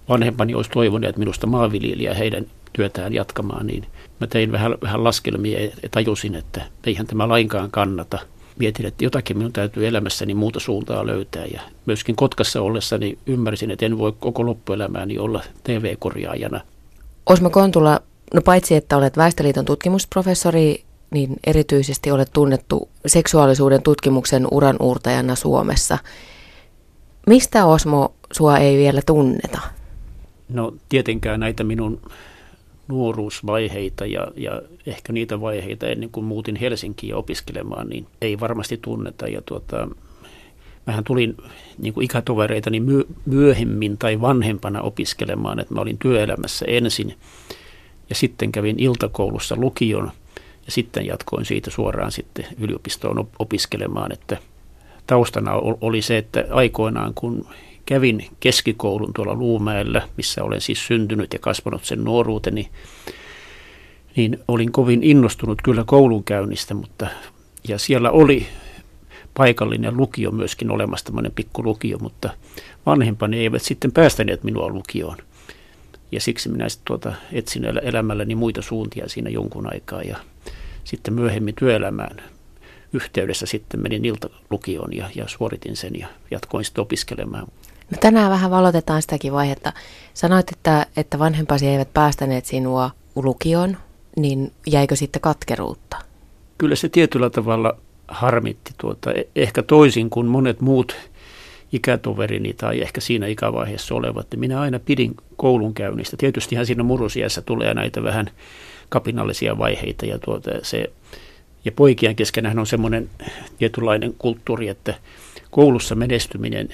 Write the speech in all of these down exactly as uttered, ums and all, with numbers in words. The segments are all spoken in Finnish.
vanhempani olisi toivoneet minusta maanviljelijää heidän työtään jatkamaan, niin mä tein vähän, vähän laskelmia ja tajusin, että eihän tämä lainkaan kannata. Mietin, että jotakin minun täytyy elämässäni muuta suuntaa löytää. Ja myöskin Kotkassa ollessani ymmärsin, että en voi koko loppuelämääni olla T V-korjaajana. Osmo Kontula, no paitsi että olet Väestöliiton tutkimusprofessori, niin erityisesti olet tunnettu seksuaalisuuden tutkimuksen uranuurtajana Suomessa. Mistä, Osmo, sua ei vielä tunneta? No tietenkään näitä minun nuoruusvaiheita ja, ja ehkä niitä vaiheita ennen kuin muutin Helsinkiin opiskelemaan, niin ei varmasti tunneta. Ja tuota, mähän tulin niin kuin ikätovereitani my, myöhemmin tai vanhempana opiskelemaan, että mä olin työelämässä ensin ja sitten kävin iltakoulussa lukion ja sitten jatkoin siitä suoraan sitten yliopistoon opiskelemaan, että taustana oli se, että aikoinaan kun kävin keskikoulun tuolla Luumäellä, missä olen siis syntynyt ja kasvanut sen nuoruuteni, niin olin kovin innostunut kyllä koulunkäynnistä, mutta ja siellä oli paikallinen lukio myöskin olemassa, tämmöinen pikku lukio, mutta vanhempani eivät sitten päästäneet minua lukioon. Ja siksi minä sitten tuota etsin elämälläni muita suuntia siinä jonkun aikaa ja sitten myöhemmin työelämään yhteydessä sitten menin iltalukioon ja, ja suoritin sen ja jatkoin sitten opiskelemaan. No tänään vähän valotetaan sitäkin vaihetta. Sanoit, että, että vanhempasi eivät päästäneet sinua lukioon, niin jäikö sitten katkeruutta? Kyllä se tietyllä tavalla harmitti tuota, ehkä toisin kuin monet muut ikätoverini tai ehkä siinä ikävaiheessa olevat. Minä aina pidin koulunkäynnistä. Tietystihan siinä murrosiässä tulee näitä vähän kapinallisia vaiheita ja, tuota, se, ja poikien keskenään on semmoinen tietynlainen kulttuuri, että koulussa menestyminen,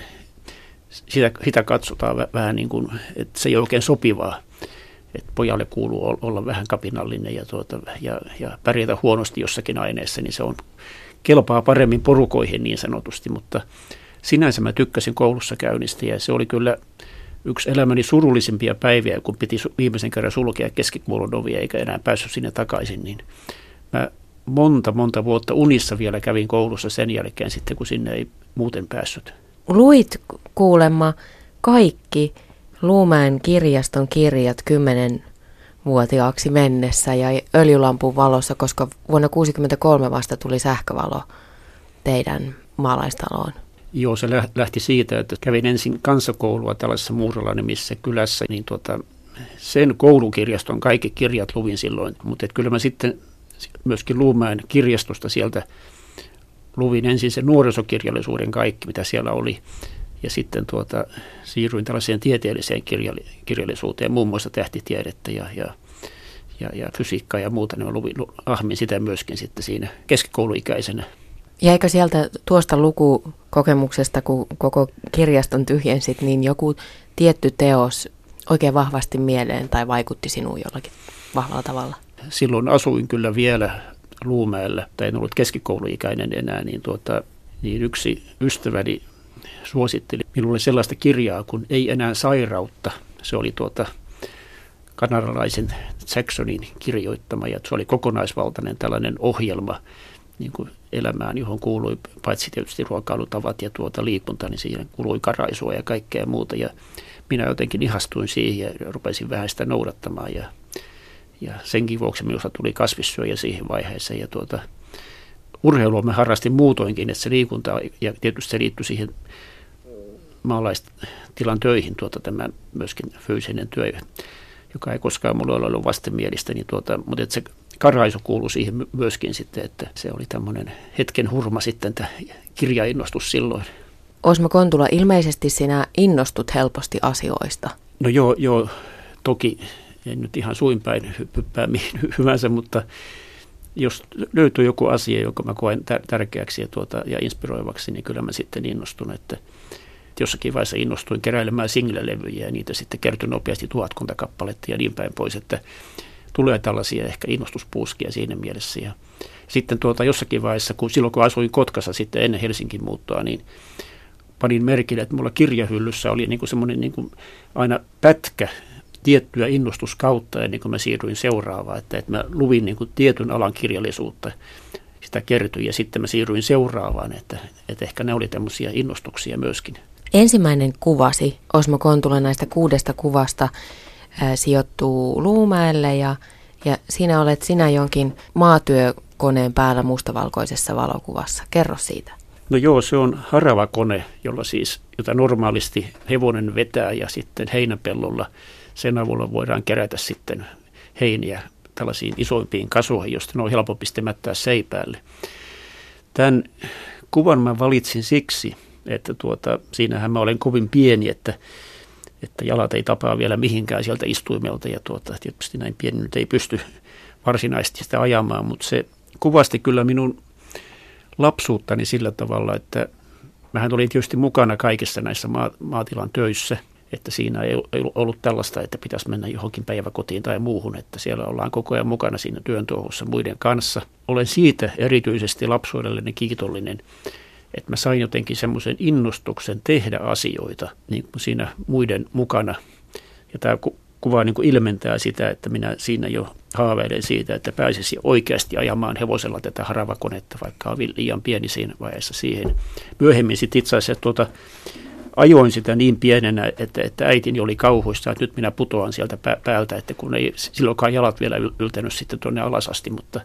sitä, sitä katsotaan vähän niin kuin, että se ei ole oikein sopivaa. Että pojalle kuuluu olla vähän kapinallinen ja, tuota, ja, ja pärjätä huonosti jossakin aineessa, niin se on kelpaa paremmin porukoihin niin sanotusti, mutta sinänsä mä tykkäsin koulussa käynnistä ja se oli kyllä yksi elämäni surullisimpia päiviä, kun piti viimeisen kerran sulkea keskikoulun ovia eikä enää päässyt sinne takaisin, niin mä monta, monta vuotta unissa vielä kävin koulussa sen jälkeen sitten, kun sinne ei muuten päässyt. Luit kuulemma kaikki Luumäen kirjaston kirjat kymmenvuotiaaksi mennessä ja öljylampun valossa, koska vuonna tuhatyhdeksänsataakuusikymmentäkolme vasta tuli sähkövalo teidän maalaistaloon. Joo, se lähti siitä, että kävin ensin kansakoulua tällaisessa Muurala-nimisessä kylässä, niin tuota, sen koulukirjaston kaikki kirjat luvin silloin, mutta kyllä mä sitten myöskin Luumäen kirjastosta sieltä luvin ensin sen nuorisokirjallisuuden kaikki, mitä siellä oli, ja sitten tuota, siirryin tällaiseen tieteelliseen kirjallisuuteen, muun muassa tähtitiedettä ja, ja, ja, ja fysiikkaa ja muuta, niin mä luvin, ahmin sitä myöskin sitten siinä keskikouluikäisenä. Jäikö sieltä tuosta lukukokemuksesta, kun koko kirjaston tyhjensit, niin joku tietty teos oikein vahvasti mieleen tai vaikutti sinuun jollakin vahvalla tavalla? Silloin asuin kyllä vielä Luumäellä, tai en ollut keskikouluikäinen enää, niin, tuota, niin yksi ystäväni suositteli minulle sellaista kirjaa kuin Ei enää sairautta. Se oli tuota kanadalaisen Jacksonin kirjoittama ja se oli kokonaisvaltainen tällainen ohjelma niin kuin elämään, johon kuului paitsi tietysti ruokailutavat ja tuota liikunta, niin siihen kuului karaisua ja kaikkea muuta. Ja minä jotenkin ihastuin siihen ja rupesin vähän sitä noudattamaan ja, ja senkin vuoksi minusta tuli kasvissyöjä siihen vaiheeseen. Ja tuota, urheilua mä harrastin muutoinkin, että se liikunta ja tietysti se liittyi siihen maalaistilan töihin, tuota, tämä myöskin fyysinen työ, joka ei koskaan mulla ole ollut vastenmielistä, niin tuota, mutta että se karaisu kuului siihen myöskin sitten, että se oli tämmöinen hetken hurma sitten tämä kirjainnostus silloin. Osmo Kontula, ilmeisesti sinä innostut helposti asioista. No joo, joo toki en nyt ihan suinpäin hyppää mihin hyvänsä, mutta jos löytyy joku asia, jonka mä koen tärkeäksi ja, tuota, ja inspiroivaksi, niin kyllä mä sitten innostun, että jossakin vaiheessa innostuin keräilemään single-levyjä ja niitä sitten kertyi nopeasti tuhatkunta kappaletta ja niin päin pois, että tulee tällaisia ehkä innostuspuuskia siinä mielessä. Ja sitten tuota jossakin vaiheessa, kun silloin kun asuin Kotkassa sitten ennen Helsingin muuttoa, niin panin merkille, että mulla kirjahyllyssä oli niin kuin semmoinen niin kuin aina pätkä tiettyä innostuskautta ennen kuin mä siirryin seuraavaan, että, että mä luvin niin kuin tietyn alan kirjallisuutta, sitä kertyi ja sitten mä siirryin seuraavaan, että, että ehkä ne oli tämmöisiä innostuksia myöskin. Ensimmäinen kuvasi, Osmo Kontula, näistä kuudesta kuvasta ää, sijoittuu Luumäelle ja, ja siinä olet sinä jonkin maatyökoneen päällä mustavalkoisessa valokuvassa. Kerro siitä. No joo, se on haravakone, jolla siis, jota normaalisti hevonen vetää ja sitten heinäpellolla sen avulla voidaan kerätä sitten heiniä tällaisiin isoimpiin kasoihin, josta ne on helpompi mättää seipäälle. Tämän kuvan mä valitsin siksi, että tuota, siinähän mä olen kovin pieni, että, että jalat ei tapaa vielä mihinkään sieltä istuimelta ja tuota, tietysti näin pieni nyt ei pysty varsinaisesti sitä ajamaan, mutta se kuvasti kyllä minun lapsuuttani sillä tavalla, että mähän olin tietysti mukana kaikissa näissä maa, maatilan töissä, että siinä ei ollut tällaista, että pitäisi mennä johonkin päiväkotiin tai muuhun, että siellä ollaan koko ajan mukana siinä työn touhussa muiden kanssa. Olen siitä erityisesti lapsuudelleni kiitollinen, että mä sain jotenkin semmoisen innostuksen tehdä asioita niin kuin siinä muiden mukana. Ja tämä kuva niin kuin ilmentää sitä, että minä siinä jo haaveilen siitä, että pääsisi oikeasti ajamaan hevosella tätä haravakonetta, vaikka on liian pieni siinä vaiheessa siihen. Myöhemmin sitten itse asiassa tuota, ajoin sitä niin pienenä, että, että äitini oli kauhuissa, että nyt minä putoan sieltä päältä, että kun ei silloinkaan jalat vielä yltänyt sitten tuonne alas asti, mutta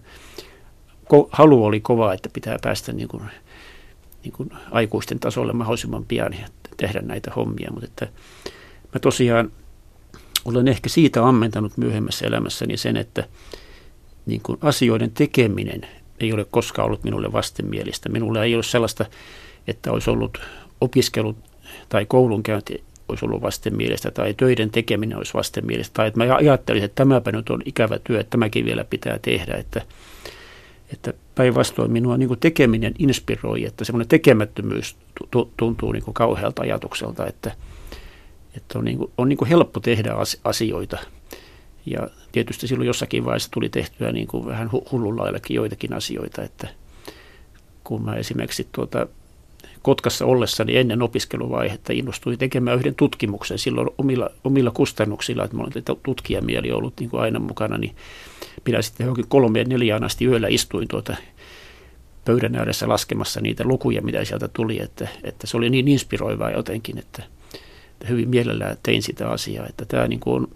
ko- halu oli kova, että pitää päästä niin kuin, niin kuin aikuisten tasolle mahdollisimman pian ja tehdä näitä hommia, mutta että mä tosiaan olen ehkä siitä ammentanut myöhemmässä elämässäni sen, että niin kuin asioiden tekeminen ei ole koskaan ollut minulle vastenmielistä. Minulla ei ole sellaista, että olisi ollut opiskelut tai koulunkäynti olisi ollut vastenmielistä tai töiden tekeminen olisi vastenmielistä. Tai että mä ajattelisin, että tämäpä nyt on ikävä työ, että tämäkin vielä pitää tehdä. Että, että päinvastoin minua niin kuin tekeminen inspiroi, että semmoinen tekemättömyys tuntuu niin kuin kauhealta ajatukselta, että Että on, niin kuin, on niin kuin helppo tehdä asioita ja tietysti silloin jossakin vaiheessa tuli tehtyä niin kuin vähän hullunlaillakin joitakin asioita, että kun mä esimerkiksi tuota Kotkassa ollessani ennen opiskeluvaihetta innostuin tekemään yhden tutkimuksen silloin omilla, omilla kustannuksilla, että mulla on tutkijamieli ollut niin kuin aina mukana, niin minä sitten johonkin kolmeen neljään asti yöllä istuin tuota pöydän ääressä laskemassa niitä lukuja, mitä sieltä tuli, että, että se oli niin inspiroivaa jotenkin, että hyvin mielellään tein sitä asiaa, että tämä niin kuin on,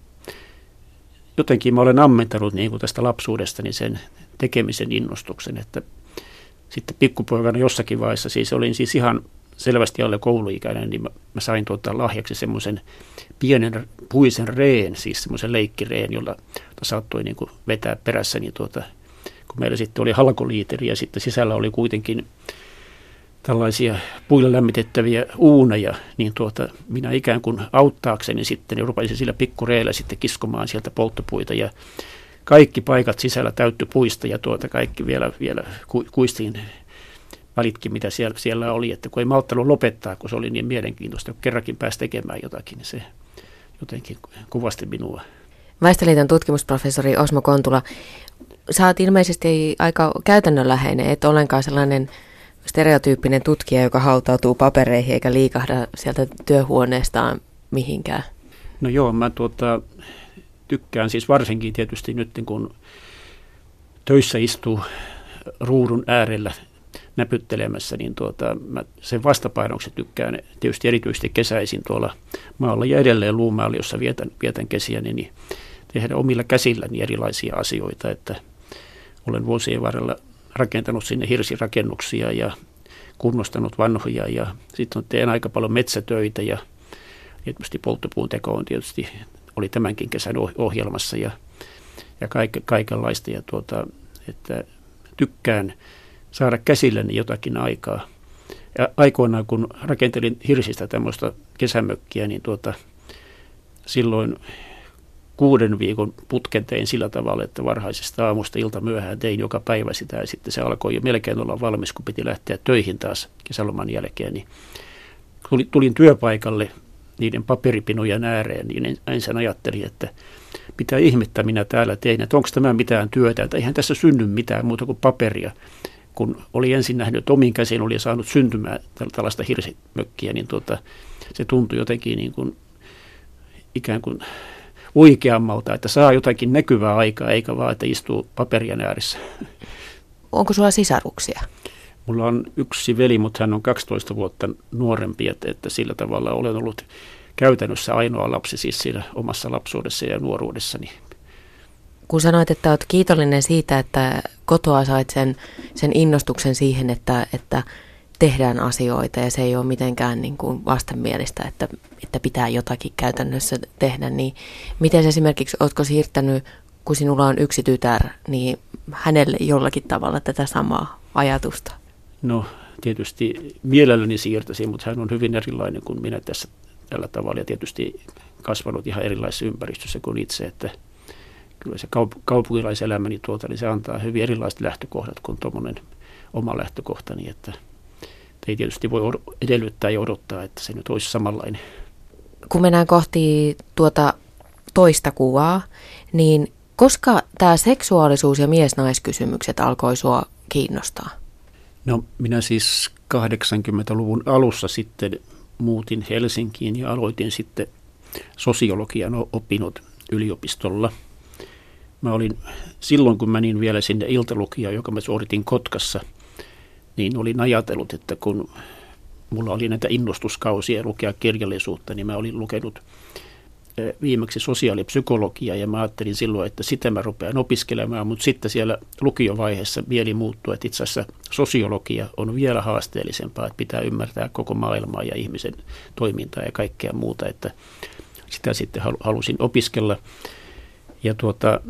jotenkin mä olen ammentanut niin kuin tästä lapsuudestani sen tekemisen innostuksen, että sitten pikkupoikana jossakin vaiheessa, siis olin siis ihan selvästi alle kouluikäinen, niin mä, mä sain tuota lahjaksi semmoisen pienen puisen reen, siis semmoisen leikkireen, jolla saattoi niin kuin vetää perässäni tuota, kun meillä sitten oli halkoliiteri ja sitten sisällä oli kuitenkin tällaisia puilla lämmitettäviä uuneja, niin tuota, minä ikään kuin auttaakseni sitten niin rupesin sillä pikkureellä sitten kiskomaan sieltä polttopuita ja kaikki paikat sisällä täytty puista ja tuota kaikki vielä, vielä ku, kuistiin välitkin, mitä siellä, siellä oli, että kun ei malttanut lopettaa, kun se oli niin mielenkiintoista, kun kerrankin pääsi tekemään jotakin, niin se jotenkin kuvasti minua. Väestöliiton tutkimusprofessori Osmo Kontula, sä oot ilmeisesti aika käytännönläheinen, et ollenkaan sellainen stereotyyppinen tutkija, joka hautautuu papereihin eikä liikahda sieltä työhuoneestaan mihinkään. No joo, mä tuota, tykkään siis varsinkin tietysti nyt kun töissä istuu ruudun äärellä näpyttelemässä, niin tuota, mä sen vastapainoksi tykkään tietysti erityisesti kesäisin tuolla maalla ja edelleen Luumäellä, jossa vietän, vietän kesiäni, niin tehdä omilla käsilläni erilaisia asioita, että olen vuosien varrella rakentanut sinne hirsirakennuksia ja kunnostanut vanhoja ja sitten teen aika paljon metsätöitä ja tietysti polttopuun teko on tietysti, oli tämänkin kesän ohjelmassa ja, ja kaik, kaikenlaista ja tuota, että tykkään saada käsilläni jotakin aikaa. Ja aikoinaan kun rakentelin hirsistä tämmöistä kesämökkiä, niin tuota, silloin kuuden viikon putken tein sillä tavalla, että varhaisesta aamusta ilta myöhään tein joka päivä sitä ja sitten se alkoi jo melkein olla valmis, kun piti lähteä töihin taas kesäloman jälkeen. Niin tulin työpaikalle niiden paperipinojen ääreen, niin ensin ajattelin, että mitä ihmettä minä täällä tein, että onko tämä mitään työtä, että eihän tässä synny mitään muuta kuin paperia. Kun oli ensin nähnyt, että omin käsin oli saanut syntymään tällaista hirsimökkiä, niin tuota, se tuntui jotenkin niin kuin, ikään kuin oikeammalta, että saa jotakin näkyvää aikaa, eikä vaan, että istuu paperien ääressä. Onko sulla sisaruksia? Mulla on yksi veli, mutta hän on kaksitoista vuotta nuorempi, että, että sillä tavalla olen ollut käytännössä ainoa lapsi siis siinä omassa lapsuudessa ja nuoruudessani. Kun sanoit, että olet kiitollinen siitä, että kotoa sait sen, sen innostuksen siihen, että, että tehdään asioita ja se ei ole mitenkään niin kuin vastenmielistä, että, että pitää jotakin käytännössä tehdä, niin miten esimerkiksi oletko siirtänyt, kun sinulla on yksi tytär, niin hänelle jollakin tavalla tätä samaa ajatusta? No tietysti mielelläni siirtäisin, mutta hän on hyvin erilainen kuin minä tässä tällä tavalla ja tietysti kasvanut ihan erilaisessa ympäristössä kuin itse, että kyllä se kaup- kaupunkilaiselämäni tuota, niin se antaa hyvin erilaiset lähtökohdat kuin tuommoinen oma lähtökohtani, että ei tietysti voi edellyttää ja odottaa, että se nyt olisi samanlainen. Kun mennään kohti tuota toista kuvaa, niin koska tämä seksuaalisuus- ja mies-naiskysymykset alkoi sua kiinnostaa? No minä siis kahdeksankymmentäluvun alussa sitten muutin Helsinkiin ja aloitin sitten sosiologian opinnot yliopistolla. Mä olin silloin, kun menin vielä sinne iltalukiaan, joka mä suoritin Kotkassa, niin olin ajatellut, että kun mulla oli näitä innostuskausia lukea kirjallisuutta, niin mä olin lukenut viimeksi sosiaalipsykologiaa ja mä ajattelin silloin, että sitä mä rupean opiskelemaan, mutta sitten siellä lukiovaiheessa mieli muuttui, että itse asiassa sosiologia on vielä haasteellisempaa, että pitää ymmärtää koko maailmaa ja ihmisen toimintaa ja kaikkea muuta, että sitä sitten halusin opiskella. Ja tuota,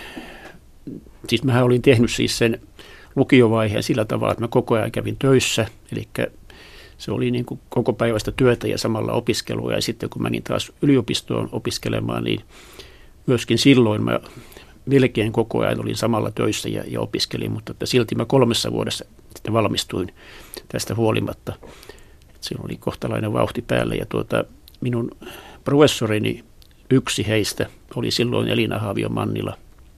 siis mähän olin tehnyt siis sen lukiovaiheen sillä tavalla, että mä koko ajan kävin töissä, eli se oli niin kuin koko päivästä työtä ja samalla opiskelua, ja sitten kun menin taas yliopistoon opiskelemaan, niin myöskin silloin mä melkein koko ajan olin samalla töissä ja, ja opiskelin, mutta että silti mä kolmessa vuodessa sitten valmistuin tästä huolimatta. Et silloin oli kohtalainen vauhti päällä, ja tuota, minun professorini, yksi heistä, oli silloin Elina Haavio-Mannila,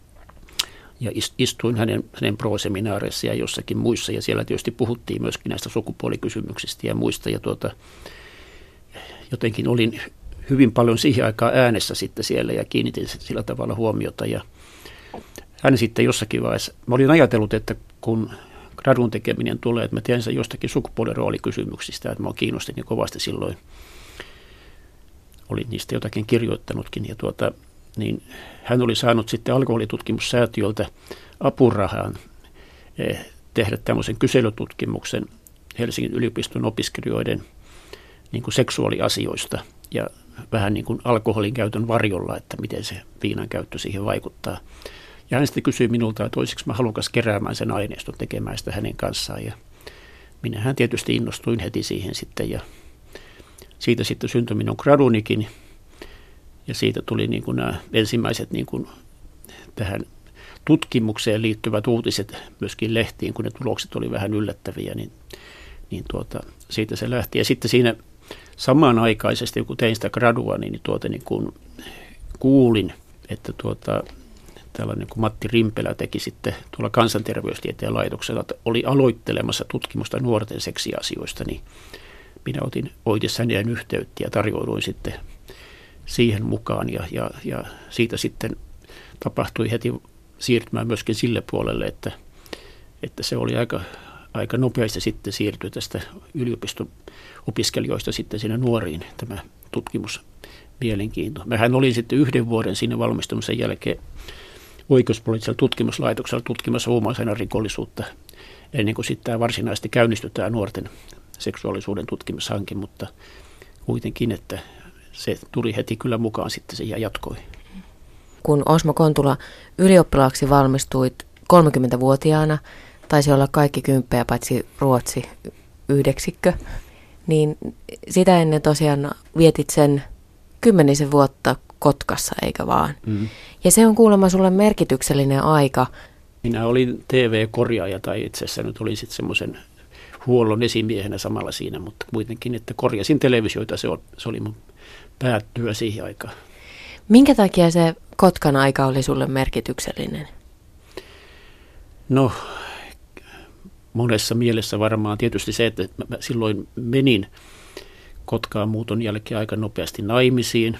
ja istuin hänen, hänen pro-seminaareissa ja jossakin muissa, ja siellä tietysti puhuttiin myöskin näistä sukupuolikysymyksistä ja muista, ja tuota, jotenkin olin hyvin paljon siihen aikaan äänessä sitten siellä, ja kiinnitin sillä tavalla huomiota, ja hän sitten jossakin vaiheessa, mä olin ajatellut, että kun gradun tekeminen tulee, että mä tiedän sen jostakin sukupuoliroolikysymyksistä, että mä kiinnostin niin kovasti silloin, olin niistä jotakin kirjoittanutkin, ja tuota, niin hän oli saanut sitten alkoholitutkimussäätiöltä apurahaan eh, tehdä tämmöisen kyselytutkimuksen Helsingin yliopiston opiskelijoiden niin kuin seksuaaliasioista ja vähän niin kuin alkoholin käytön varjolla, että miten se viinan käyttö siihen vaikuttaa. Ja hän sitten kysyi minulta, että olisiko mä halukas keräämään sen aineiston, tekemään sitä hänen kanssaan. Ja minähän tietysti innostuin heti siihen sitten, ja siitä sitten syntyi minun gradunikin. Ja siitä tuli niin kuin nämä ensimmäiset niin kuin tähän tutkimukseen liittyvät uutiset myöskin lehtiin, kun ne tulokset oli vähän yllättäviä, niin, niin tuota, siitä se lähti. Ja sitten siinä samanaikaisesti, kun tein sitä gradua, niin, tuota, niin kun kuulin, että tuota, tällainen kuin Matti Rimpelä teki sitten tuolla kansanterveystieteen laitoksella, että oli aloittelemassa tutkimusta nuorten seksiasioista, niin minä otin oitis häneen yhteyttä ja tarjouduin sitten siihen mukaan, ja, ja, ja siitä sitten tapahtui heti siirtymään myöskin sille puolelle, että, että se oli aika, aika nopeasti sitten siirtyi tästä yliopiston opiskelijoista sitten sinne nuoriin tämä tutkimus mielenkiinto. Mähän olin sitten yhden vuoden siinä valmistumisen jälkeen oikeuspoliittisella tutkimuslaitoksella tutkimassa huumausainerikollisuutta ennen kuin sitten tämä varsinaisesti käynnistytään nuorten seksuaalisuuden tutkimushanke, mutta kuitenkin, että se tuli heti kyllä mukaan sitten se ja jatkoi. Kun Osmo Kontula ylioppilaaksi valmistuit kolmekymmentävuotiaana, taisi olla kaikki kymppejä paitsi Ruotsi yhdeksikkö, niin sitä ennen tosiaan vietit sen kymmenisen vuotta Kotkassa, eikä vaan. Mm. Ja se on kuulemma sulle merkityksellinen aika. Minä olin T V-korjaaja, tai itse asiassa nyt olin sitten semmoisen huollon esimiehenä samalla siinä, mutta kuitenkin, että korjasin televisioita, se, on, se oli mun päätyö siihen aikaan. Minkä takia se Kotkan aika oli sulle merkityksellinen? No, monessa mielessä varmaan tietysti se, että mä silloin menin Kotkaan muuton jälkeen aika nopeasti naimisiin.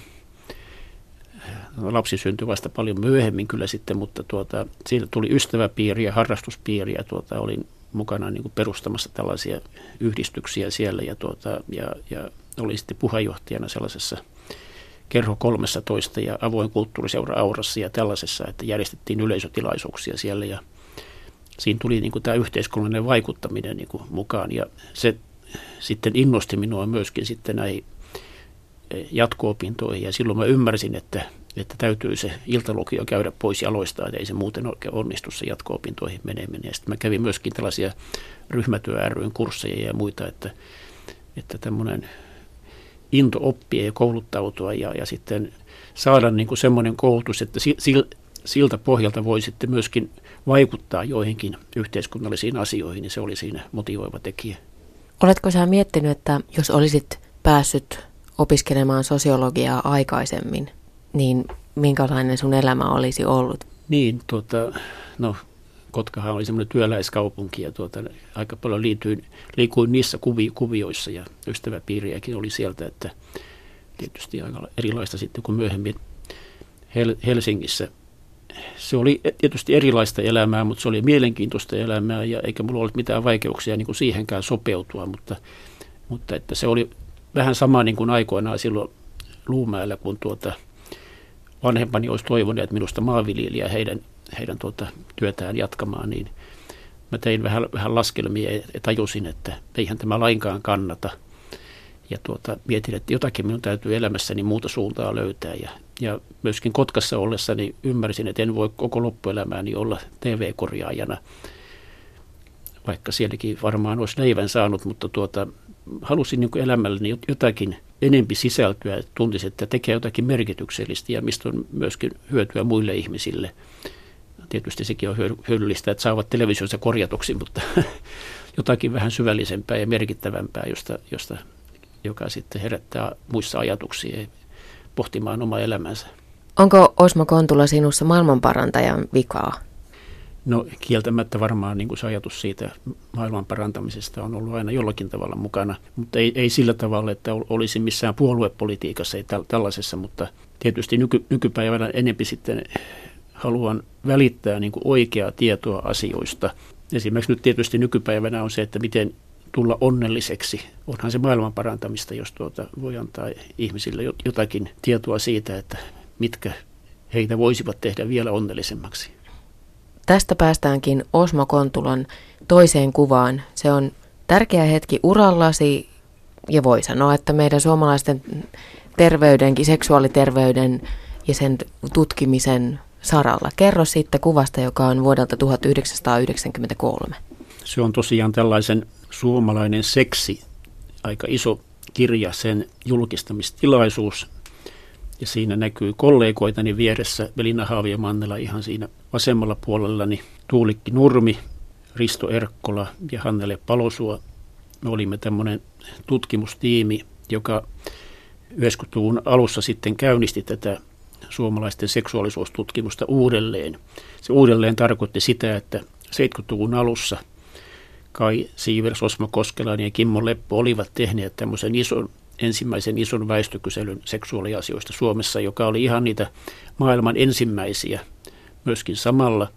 Lapsi syntyi vasta paljon myöhemmin kyllä sitten, mutta tuota, siitä tuli ystäväpiiri ja harrastuspiiri, ja tuota, olin mukana niin kuin perustamassa tällaisia yhdistyksiä siellä ja, tuota, ja, ja oli sitten puheenjohtajana sellaisessa Kerho kolmetoista ja avoin kulttuuriseura Aurassa ja tällaisessa, että järjestettiin yleisötilaisuuksia siellä ja siinä tuli niin kuin tämä yhteiskunnallinen vaikuttaminen niin kuin mukaan ja se sitten innosti minua myöskin sitten näihin jatko-opintoihin ja silloin mä ymmärsin, että, että täytyy se iltalukio käydä pois jaloistaan, että ei se muuten oikein onnistu se jatko-opintoihin meneminen. Ja sitten mä kävin myöskin tällaisia ryhmätyö ry:n kursseja ja muita, että, että tämmöinen into oppia ja kouluttautua ja, ja sitten saada niin kuin semmoinen koulutus, että sil, siltä pohjalta voi sitten myöskin vaikuttaa joihinkin yhteiskunnallisiin asioihin, niin se oli siinä motivoiva tekijä. Oletko sä miettinyt, että jos olisit päässyt opiskelemaan sosiologiaa aikaisemmin, niin minkälainen sun elämä olisi ollut? Niin, tuota, no Kotkahan oli semmoinen työläiskaupunki ja tuota, aika paljon liityin, liikuin niissä kuvi, kuvioissa ja ystäväpiiriäkin oli sieltä, että tietysti aika erilaista sitten kuin myöhemmin Hel- Helsingissä. Se oli tietysti erilaista elämää, mutta se oli mielenkiintoista elämää ja eikä mulla ollut mitään vaikeuksia niin kuin siihenkään sopeutua, mutta, mutta että se oli vähän sama niin kuin aikoinaan silloin Luumäellä, kun tuota, vanhempani olisi toivoneet minusta maanviljelijää heidän, heidän tuota, työtään jatkamaan, niin mä tein vähän, vähän laskelmia ja tajusin, että eihän tämä lainkaan kannata. Ja tuota, mietin, että jotakin minun täytyy elämässäni muuta suuntaa löytää. Ja, ja myöskin Kotkassa ollessani ymmärsin, että en voi koko loppuelämääni olla T V-korjaajana, vaikka sielläkin varmaan olisi leivän saanut, mutta tuota, halusin niin kuin elämälleni jotakin enempi sisältöä, että tuntisin, että tekee jotakin merkityksellistä ja mistä on myöskin hyötyä muille ihmisille. Tietysti sekin on hyödyllistä, että saavat televisiossa korjatuksi, mutta jotakin vähän syvällisempää ja merkittävämpää, josta, josta, joka sitten herättää muissa ajatuksia pohtimaan omaa elämänsä. Onko Osmo Kontula sinussa maailmanparantajan vikaa? No kieltämättä varmaan niin kuin se ajatus siitä maailman parantamisesta on ollut aina jollakin tavalla mukana, mutta ei, ei sillä tavalla, että olisi missään puoluepolitiikassa, ei tällaisessa, mutta tietysti nyky, nykypäivänä enemmän sitten haluan välittää niin kuin oikeaa tietoa asioista. Esimerkiksi nyt tietysti nykypäivänä on se, että miten tulla onnelliseksi. Onhan se maailman parantamista, jos tuota voi antaa ihmisille jotakin tietoa siitä, että mitkä heitä voisivat tehdä vielä onnellisemmaksi. Tästä päästäänkin Osmo Kontulan toiseen kuvaan. Se on tärkeä hetki urallasi ja voi sanoa, että meidän suomalaisten terveydenkin, seksuaaliterveyden ja sen tutkimisen saralla. Kerro siitä kuvasta, joka on vuodelta tuhatyhdeksänsataayhdeksänkymmentäkolme. Se on tosiaan tällaisen suomalainen seksi, aika iso kirja, sen julkistamistilaisuus. Ja siinä näkyy kollegoitani vieressä, Elina Haavio-Mannela ihan siinä vasemmalla puolellani, Tuulikki Nurmi, Risto Erkkola ja Hannele Palosuo. Me olimme tämmöinen tutkimustiimi, joka yhdeksänkymmentäluvun alussa sitten käynnisti tätä suomalaisten seksuaalisuustutkimusta uudelleen. Se uudelleen tarkoitti sitä, että seitsemänkymmentäluvun alussa Kai Siivers, Osmo Koskelainen ja Kimmo Leppo olivat tehneet tämmöisen ison ensimmäisen ison väestökyselyn seksuaaliasioista Suomessa, joka oli ihan niitä maailman ensimmäisiä myöskin samalla.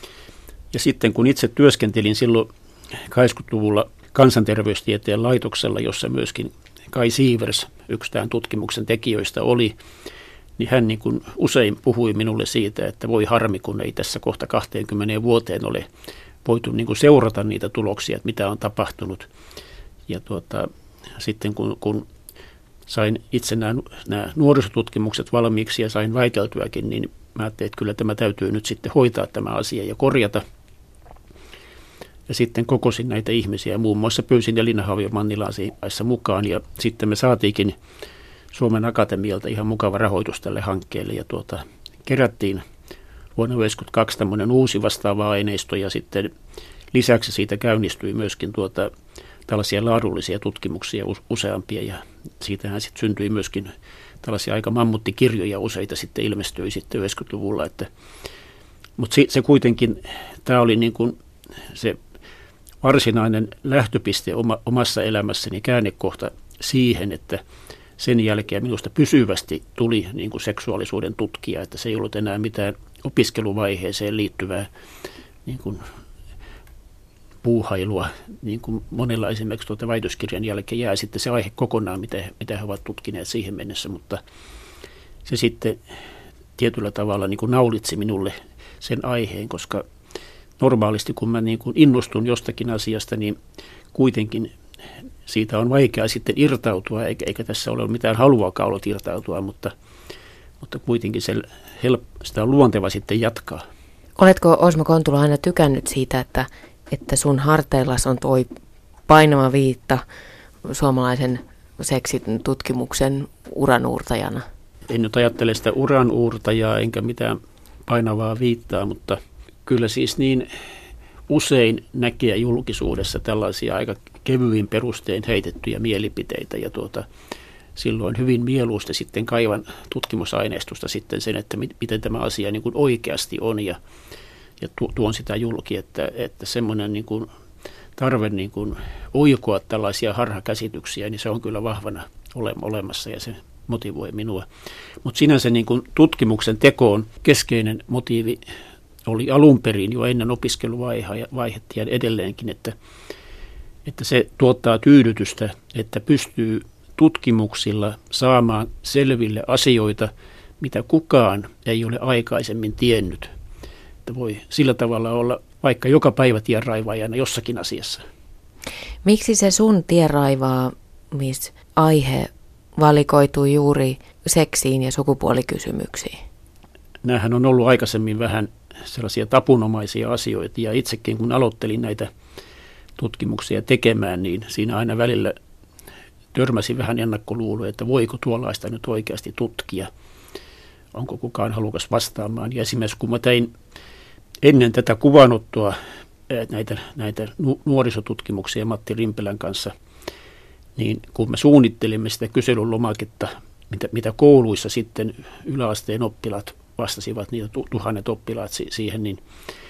Ja sitten kun itse työskentelin silloin kahdeksankymmentäluvulla kansanterveystieteen laitoksella, jossa myöskin Kai Siivers, yksi tämän tutkimuksen tekijöistä oli, niin hän niin kuin usein puhui minulle siitä, että voi harmi, kun ei tässä kohta kaksikymmentä vuoteen ole voitu niin kuin seurata niitä tuloksia, että mitä on tapahtunut. Ja tuota, sitten kun, kun sain itse nämä, nämä nuorisotutkimukset valmiiksi ja sain väiteltyäkin, niin mä ajattelin, että kyllä tämä täytyy nyt sitten hoitaa tämä asia ja korjata. Ja sitten kokosin näitä ihmisiä, muun muassa pyysin Elina Haavio-Mannilaa siinä mukaan ja sitten me saatiinkin Suomen Akatemialta ihan mukava rahoitus tälle hankkeelle ja tuota, kerättiin vuonna tuhatyhdeksänsataayhdeksänkymmentäkaksi tämmöinen uusi vastaava aineisto ja sitten lisäksi siitä käynnistyi myöskin tuota, tällaisia laadullisia tutkimuksia useampia ja siitähän sitten syntyi myöskin tällaisia aika mammuttikirjoja useita sitten ilmestyi sitten yhdeksänkymmentäluvulla. Että, mutta se, se kuitenkin, tämä oli niin kuin se varsinainen lähtöpiste oma, omassa elämässäni, käännekohta siihen, että sen jälkeen minusta pysyvästi tuli niin kuin seksuaalisuuden tutkija, että se ei ollut enää mitään opiskeluvaiheeseen liittyvää niin kuin puuhailua, niin kuin monella esimerkiksi tuota väitöskirjan jälkeen jää sitten se aihe kokonaan, mitä, mitä he ovat tutkineet siihen mennessä, mutta se sitten tietyllä tavalla niin kuin naulitsi minulle sen aiheen, koska normaalisti kun mä niin kuin innostun jostakin asiasta, niin kuitenkin siitä on vaikea sitten irtautua, eikä, eikä tässä ole mitään haluakaan ollut irtautua, mutta, mutta kuitenkin se, sitä on luonteva sitten jatkaa. Oletko Osmo Kontula aina tykännyt siitä, että, että sun harteillas on tuo painava viitta suomalaisen seksitutkimuksen uranuurtajana? En nyt ajattele sitä uranuurtajaa enkä mitään painavaa viittaa, mutta kyllä siis niin usein näkee julkisuudessa tällaisia aika kevyin perustein heitettyjä mielipiteitä ja tuota, silloin hyvin mieluusti sitten kaivan tutkimusaineistosta sitten sen, että miten tämä asia niin kuin oikeasti on ja, ja tuon sitä julki, että, että semmoinen niin kuin tarve niin kuin oikoa tällaisia harhakäsityksiä, niin se on kyllä vahvana olemassa ja se motivoi minua. Mutta sinänsä niin kuin tutkimuksen tekoon keskeinen motiivi oli alun perin jo ennen opiskeluvaihetta ja edelleenkin, että, että se tuottaa tyydytystä, että pystyy tutkimuksilla saamaan selville asioita, mitä kukaan ei ole aikaisemmin tiennyt. Että voi sillä tavalla olla vaikka joka päivä tienraivaajana jossakin asiassa. Miksi se sun tienraivaamisaihe valikoitui juuri seksiin ja sukupuolikysymyksiin? Nämähän on ollut aikaisemmin vähän sellaisia tapunomaisia asioita ja itsekin kun aloittelin näitä tutkimuksia tekemään, niin siinä aina välillä törmäsin vähän ennakkoluuloja, että voiko tuollaista nyt oikeasti tutkia, onko kukaan halukas vastaamaan. Ja esimerkiksi kun mä tein ennen tätä kuvanottoa näitä, näitä nuorisotutkimuksia Matti Rimpelän kanssa, niin kun me suunnittelimme sitä kyselylomaketta, mitä, mitä kouluissa sitten yläasteen oppilaat vastasivat, niitä tuhannet oppilaat siihen, niin,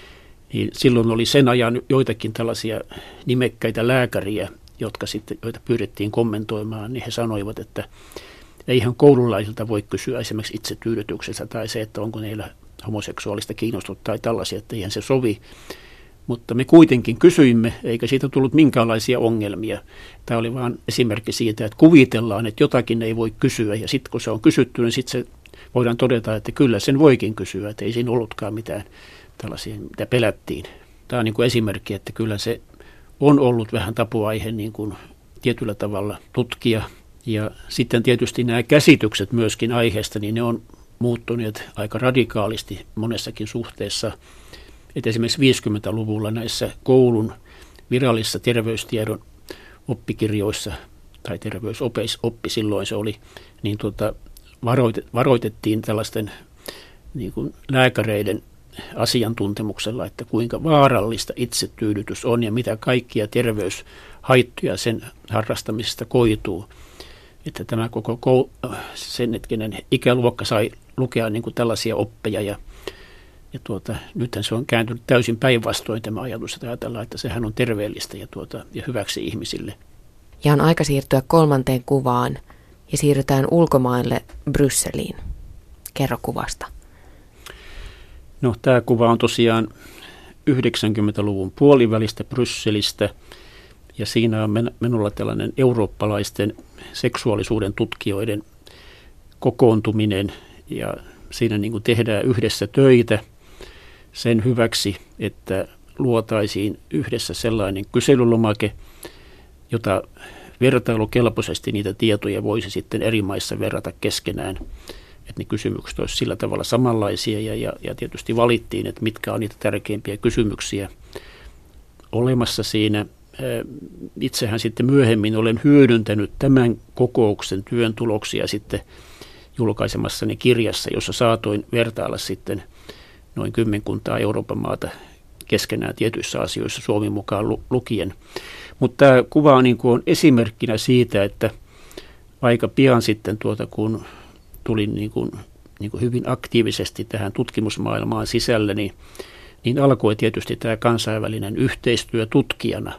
niin silloin oli sen ajan joitakin tällaisia nimekkäitä lääkäriä, jotka sitten, joita pyydettiin kommentoimaan, niin he sanoivat, että eihän koululaisilta voi kysyä esimerkiksi itsetyydytyksestä tai se, että onko heillä homoseksuaalista kiinnostusta tai tällaisia, että eihän se sovi. Mutta me kuitenkin kysyimme, eikä siitä tullut minkäänlaisia ongelmia. Tämä oli vain esimerkki siitä, että kuvitellaan, että jotakin ei voi kysyä, ja sitten kun se on kysytty, niin sitten se voidaan todeta, että kyllä sen voikin kysyä, että ei siinä ollutkaan mitään tällaisia, mitä pelättiin. Tämä on niin kuin esimerkki, että kyllä se on ollut vähän tapuaihe niin kuin tietyllä tavalla tutkia. Ja sitten tietysti nämä käsitykset myöskin aiheesta, niin ne on muuttuneet aika radikaalisti monessakin suhteessa. Että esimerkiksi viisikymmentäluvulla näissä koulun virallisissa terveystiedon oppikirjoissa, tai terveysoppi silloin se oli, niin tuota, varoitettiin tällaisten niin kuin lääkäreiden asiantuntemuksella, että kuinka vaarallista itsetyydytys on ja mitä kaikkia terveyshaittoja sen harrastamisesta koituu. Että tämä koko sen hetkinen ikäluokka sai lukea niin kuin tällaisia oppeja ja, ja tuota, nythän se on kääntynyt täysin päinvastoin tämä ajatus, että ajatellaan, että sehän on terveellistä ja, tuota, ja hyväksi ihmisille. Ja on aika siirtyä kolmanteen kuvaan ja siirrytään ulkomaille Brysseliin. Kerro kuvasta. No, tämä kuva on tosiaan yhdeksänkymmentäluvun puolivälistä Brysselistä ja siinä on minulla tällainen eurooppalaisten seksuaalisuuden tutkijoiden kokoontuminen ja siinä niin kuin tehdään yhdessä töitä sen hyväksi, että luotaisiin yhdessä sellainen kyselylomake, jota vertailukelpoisesti niitä tietoja voisi sitten eri maissa verrata keskenään. Että ne kysymykset olisivat sillä tavalla samanlaisia ja, ja, ja tietysti valittiin, että mitkä on niitä tärkeimpiä kysymyksiä olemassa siinä. Itsehän sitten myöhemmin olen hyödyntänyt tämän kokouksen työn tuloksia sitten julkaisemassani kirjassa, jossa saatoin vertailla sitten noin kymmenkuntaa Euroopan maata keskenään tietyissä asioissa Suomi mukaan lukien. Mutta tämä kuva on, niin kuin on esimerkkinä siitä, että aika pian sitten tuota, kun tulin niin kuin, niin kuin hyvin aktiivisesti tähän tutkimusmaailmaan sisälle, niin, niin alkoi tietysti tämä kansainvälinen yhteistyö tutkijana.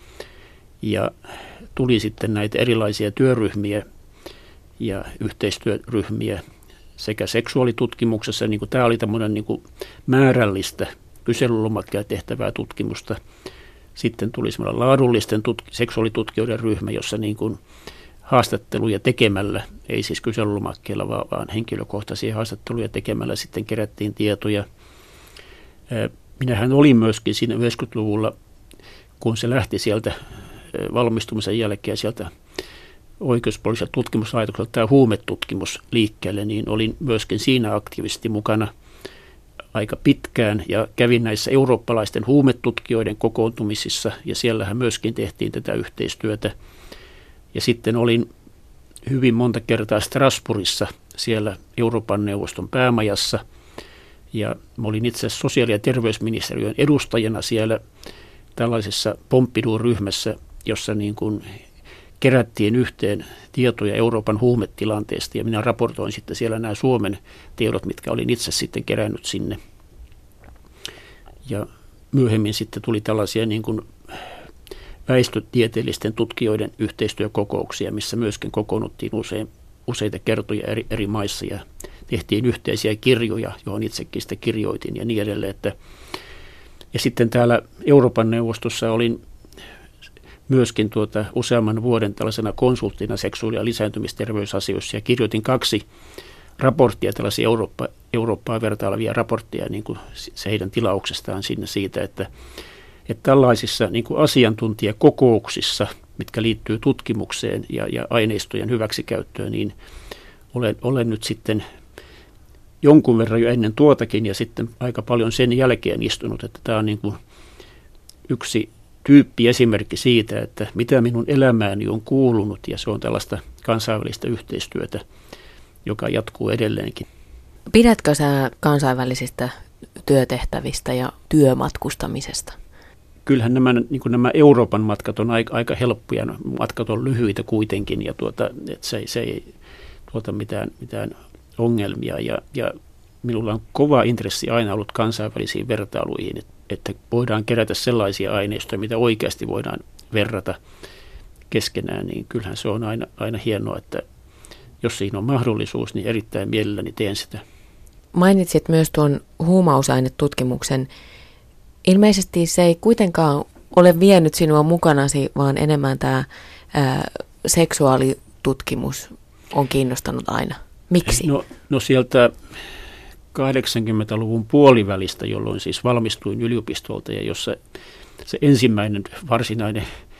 Ja tuli sitten näitä erilaisia työryhmiä ja yhteistyöryhmiä sekä seksuaalitutkimuksessa, niin kuin tämä oli tämmöinen niin kuin määrällistä kyselylomakkeja tehtävää tutkimusta, Sitten tuli semmoinen laadullisten tutk- seksuaalitutkijoiden ryhmä, jossa niin kuin haastatteluja tekemällä, ei siis kyselylomakkeella, vaan, vaan henkilökohtaisia haastatteluja tekemällä sitten kerättiin tietoja. Minähän olin myöskin siinä yhdeksänkymmentäluvulla, kun se lähti sieltä valmistumisen jälkeen sieltä oikeuspoliittiselta tutkimuslaitokselta tämä huumetutkimus liikkeelle, niin olin myöskin siinä aktiivisesti mukana aika pitkään ja kävin näissä eurooppalaisten huumetutkijoiden kokoontumisissa ja siellähän myöskin tehtiin tätä yhteistyötä. Ja sitten olin hyvin monta kertaa Strasbourgissa siellä Euroopan neuvoston päämajassa ja olin itse asiassa sosiaali- ja terveysministeriön edustajana siellä tällaisessa Pompidou-ryhmässä, jossa niin kuin kerättiin yhteen tietoja Euroopan huumetilanteesta ja minä raportoin sitten siellä nämä Suomen tiedot, mitkä olin itse sitten kerännyt sinne. Ja myöhemmin sitten tuli tällaisia niin kuin väestötieteellisten tutkijoiden yhteistyökokouksia, missä myöskin kokoonnuttiin usein, useita kertoja eri, eri maissa ja tehtiin yhteisiä kirjoja, johon itsekin sitä kirjoitin ja niin edelleen. Että ja sitten täällä Euroopan neuvostossa olin myöskin tuota useamman vuoden tällaisena konsulttina seksuaali- ja lisääntymisterveysasioissa ja kirjoitin kaksi raporttia, tällaisia Eurooppa, Eurooppaa vertailevia raportteja niin kuin se heidän tilauksestaan sinne siitä, että, että tällaisissa niin kuin asiantuntijakokouksissa, mitkä liittyy tutkimukseen ja, ja aineistojen hyväksikäyttöön, niin olen, olen nyt sitten jonkun verran jo ennen tuotakin ja sitten aika paljon sen jälkeen istunut, että tämä on niin kuin yksi tyyppi esimerkki siitä, että mitä minun elämääni on kuulunut ja se on tällaista kansainvälistä yhteistyötä, joka jatkuu edelleenkin. Pidätkö sä kansainvälisistä työtehtävistä ja työmatkustamisesta? Kyllähän nämä, niin kuin nämä Euroopan matkat on aika, aika helppoja, matkat on lyhyitä kuitenkin ja tuota, että se, se ei tuota mitään, mitään ongelmia ja, ja minulla on kova intressi aina ollut kansainvälisiin vertailuihin, että, että voidaan kerätä sellaisia aineistoja, mitä oikeasti voidaan verrata keskenään, niin kyllähän se on aina, aina hienoa, että jos siinä on mahdollisuus, niin erittäin mielelläni teen sitä. Mainitsit myös tuon huumausainetutkimuksen. Ilmeisesti se ei kuitenkaan ole vienyt sinua mukanasi, vaan enemmän tämä ää, seksuaalitutkimus on kiinnostanut aina. Miksi? No, no sieltä kahdeksankymmentäluvun puolivälistä, jolloin siis valmistuin yliopistolta ja jossa se ensimmäinen varsinainen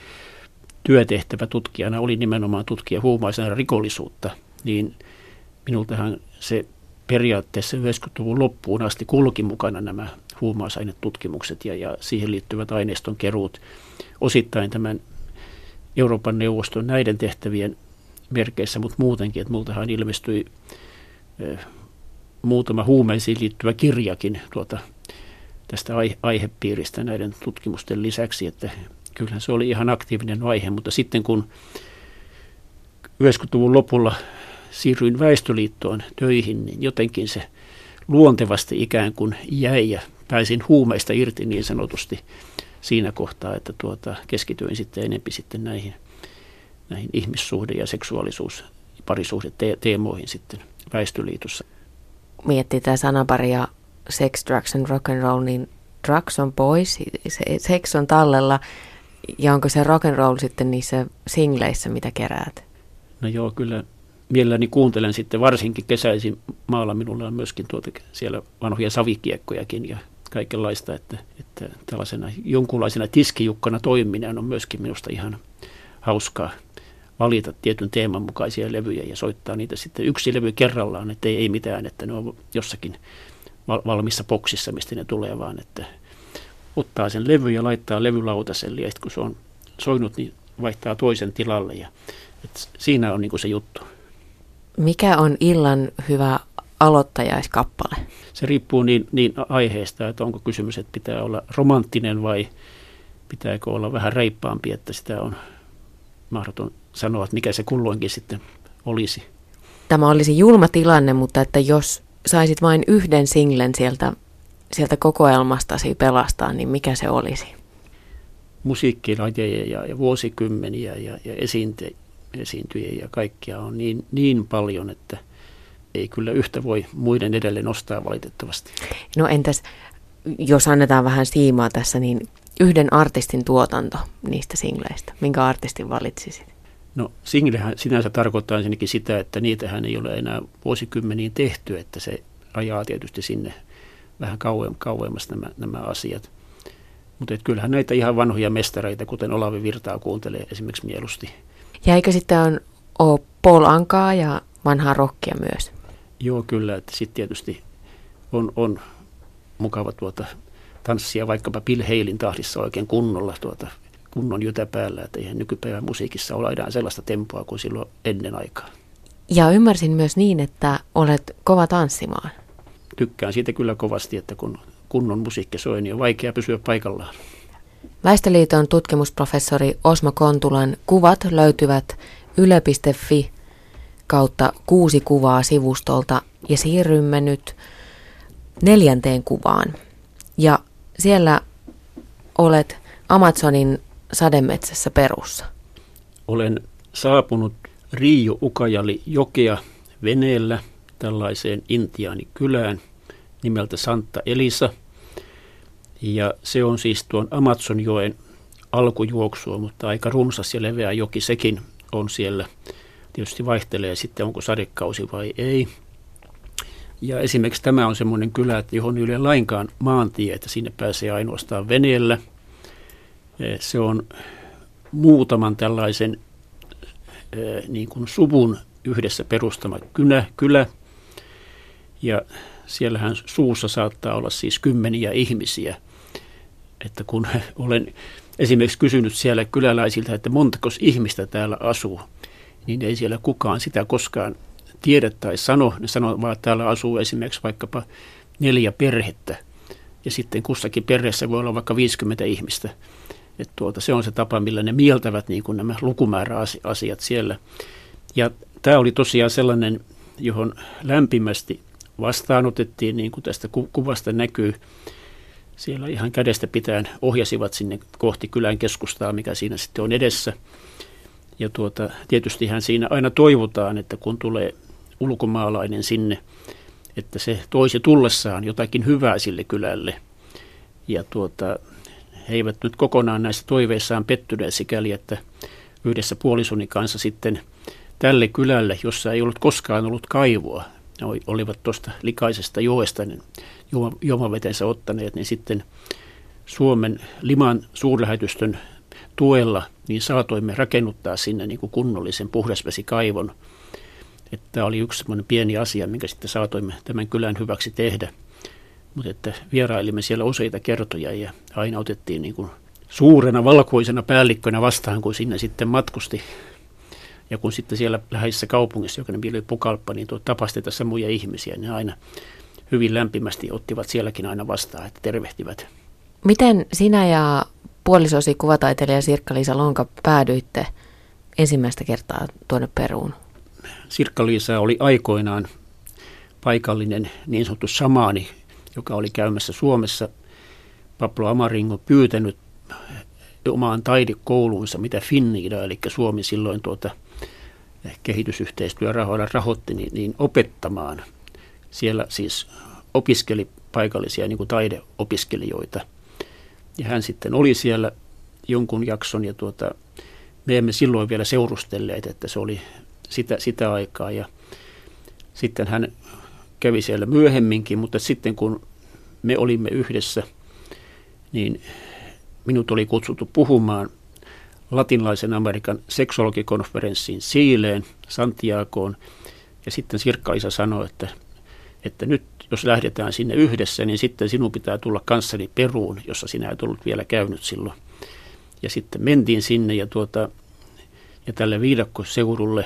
työtehtävä tutkijana oli nimenomaan tutkia huumausaineen rikollisuutta, niin minultahan se periaatteessa yhdeksänkymmentäluvun loppuun asti kulki mukana nämä huumausainetutkimukset ja, ja siihen liittyvät aineiston keruut. Osittain tämän Euroopan neuvoston näiden tehtävien merkeissä, mutta muutenkin, että multahan ilmestyi eh, muutama huumeisiin liittyvä kirjakin tuota, tästä aihe- aihepiiristä näiden tutkimusten lisäksi, että kyllähän se oli ihan aktiivinen vaihe, mutta sitten kun yhdeksänkymmentäluvun lopulla siirryin Väestöliittoon töihin, niin jotenkin se luontevasti ikään kuin jäi ja pääsin huumeista irti niin sanotusti siinä kohtaa, että tuota, keskityin sitten enempi sitten näihin, näihin ihmissuhde- ja seksuaalisuus- ja parisuhdeteemoihin sitten Väestöliitossa. Miettii tämä sanapari ja sex, drugs and rock and roll, niin drugs on pois, sex on tallella ja onko se rock and roll sitten niissä singleissä, mitä keräät? No joo, kyllä mielelläni kuuntelen sitten varsinkin kesäisin maalla. Minulla on myöskin tuota siellä vanhoja savikiekkojakin ja kaikenlaista, että, että tällaisena jonkunlaisena tiskijukkana toimiminen on myöskin minusta ihan hauskaa valita tietyn teeman mukaisia levyjä ja soittaa niitä sitten yksi levy kerrallaan, että ei, ei mitään, että ne on jossakin valmissa boksissa, mistä ne tulee, vaan että ottaa sen levy ja laittaa levylautaselle ja sitten kun se on soinut, niin vaihtaa toisen tilalle ja että siinä on niin kuin se juttu. Mikä on illan hyvä aloittajaiskappale? Se riippuu niin, niin aiheesta, että onko kysymys, että pitää olla romanttinen vai pitääkö olla vähän reippaampi, että sitä on mahdoton sanoa, että mikä se kulloinkin sitten olisi. Tämä olisi julma tilanne, mutta että jos saisit vain yhden singlen sieltä, sieltä kokoelmastasi pelastaa, niin mikä se olisi? Musiikkilajeja ja, ja vuosikymmeniä ja, ja esiinte, esiintyjiä ja kaikkia on niin, niin paljon, että ei kyllä yhtä voi muiden edelle nostaa valitettavasti. No entäs, jos annetaan vähän siimaa tässä, niin yhden artistin tuotanto niistä singleistä? Minkä artistin valitsisit? No singlehän sinänsä tarkoittaa ensinnäkin sitä, että niitähän ei ole enää vuosikymmeniin tehty, että se ajaa tietysti sinne vähän kauemmas nämä, nämä asiat. Mutta kyllähän näitä ihan vanhoja mestareita, kuten Olavi Virtaa, kuuntelee esimerkiksi mieluusti. Ja eikö sitten ole Paul Ankaa ja vanhaa rockia myös? Joo, kyllä. Että sitten tietysti on, on mukava tuota tanssia vaikkapa Bill Haleyn tahdissa oikein kunnolla, tuota, kunnon jytä päällä. Että eihän nykypäivän musiikissa ole aina sellaista tempoa kuin silloin ennen aikaa. Ja ymmärsin myös niin, että olet kova tanssimaan. Tykkään siitä kyllä kovasti, että kun kunnon musiikki soi, niin on vaikea pysyä paikallaan. Väestöliiton tutkimusprofessori Osmo Kontulan kuvat löytyvät yle piste fi kautta kuusi kuvaa sivustolta ja siirrymme nyt neljänteen kuvaan. Ja siellä olet Amazonin sademetsässä Perussa. Olen saapunut Rio Ucayali jokea veneellä tällaiseen intiaanikylään nimeltä Santa Elisa. Ja se on siis tuon Amazonjoen alkujuoksua, mutta aika runsas ja leveä joki sekin on siellä. Tietysti vaihtelee sitten, onko sadekausi vai ei. Ja esimerkiksi tämä on semmoinen kylä, että johon ei ole lainkaan maantie, että sinne pääsee ainoastaan veneellä. Se on muutaman tällaisen niin kuin suvun yhdessä perustama kylä, kylä. Ja siellähän suussa saattaa olla siis kymmeniä ihmisiä. Että kun olen esimerkiksi kysynyt siellä kyläläisiltä, että montako ihmistä täällä asuu, niin ei siellä kukaan sitä koskaan tiedä tai sano. Ne sanoo vaan, että täällä asuu esimerkiksi vaikkapa neljä perhettä. Ja sitten kussakin perheessä voi olla vaikka viisikymmentä ihmistä. Että tuota, se on se tapa, millä ne mieltävät niin kuin nämä lukumääräasiat siellä. Ja tämä oli tosiaan sellainen, johon lämpimästi vastaanotettiin, niin kuin tästä kuvasta näkyy. Siellä ihan kädestä pitäen ohjasivat sinne kohti kylän keskustaa, mikä siinä sitten on edessä. Ja tuota, tietystihän siinä aina toivotaan, että kun tulee ulkomaalainen sinne, että se toisi tullessaan jotakin hyvää sille kylälle. Ja tuota, he eivät nyt kokonaan näissä toiveissaan pettyneet sikäli, että yhdessä puolisoni kanssa sitten tälle kylälle, jossa ei ollut koskaan ollut kaivoa, ne olivat tuosta likaisesta joesta niin juomavetensä ottaneet, niin sitten Suomen Liman suurlähetystön tuella niin saatoimme rakennuttaa sinne niin kuin kunnollisen puhdasvesikaivon. Että tämä oli yksi semmoinen pieni asia, minkä sitten saatoimme tämän kylän hyväksi tehdä. Mutta että vierailimme siellä useita kertoja ja aina otettiin niin kuin suurena valkoisena päällikkönä vastaan, kun sinne sitten matkusti. Ja kun sitten siellä läheisessä kaupungissa, joka oli Pukalppa, niin tapasti tässä muita ihmisiä, niin aina hyvin lämpimästi ottivat sielläkin aina vastaan, että tervehtivät. Miten sinä ja puolisosi kuvataiteilija Sirkka-Liisa Lonka päädyitte ensimmäistä kertaa tuonne Peruun? Sirkka-Liisa oli aikoinaan paikallinen niin sanottu shamaani, joka oli käymässä Suomessa. Pablo Amaringo pyytänyt omaan taidekouluunsa, mitä Finnida, eli Suomi silloin tuota kehitysyhteistyörahoilla rahoitti, niin, niin opettamaan. Siellä siis opiskeli paikallisia niin kuin taideopiskelijoita. Ja hän sitten oli siellä jonkun jakson ja tuota, me emme silloin vielä seurustelleet, että se oli sitä, sitä aikaa. Ja sitten hän kävi siellä myöhemminkin, mutta sitten kun me olimme yhdessä, niin minut oli kutsuttu puhumaan latinalaisen Amerikan seksologikonferenssiin Chileen, Santiagoon. Ja sitten Sirkka-Liisa sanoi, että, että nyt jos lähdetään sinne yhdessä, niin sitten sinun pitää tulla kanssani Peruun, jossa sinä et ollut vielä käynyt silloin. Ja sitten mentiin sinne ja, tuota, ja tälle viidakkoseudulle.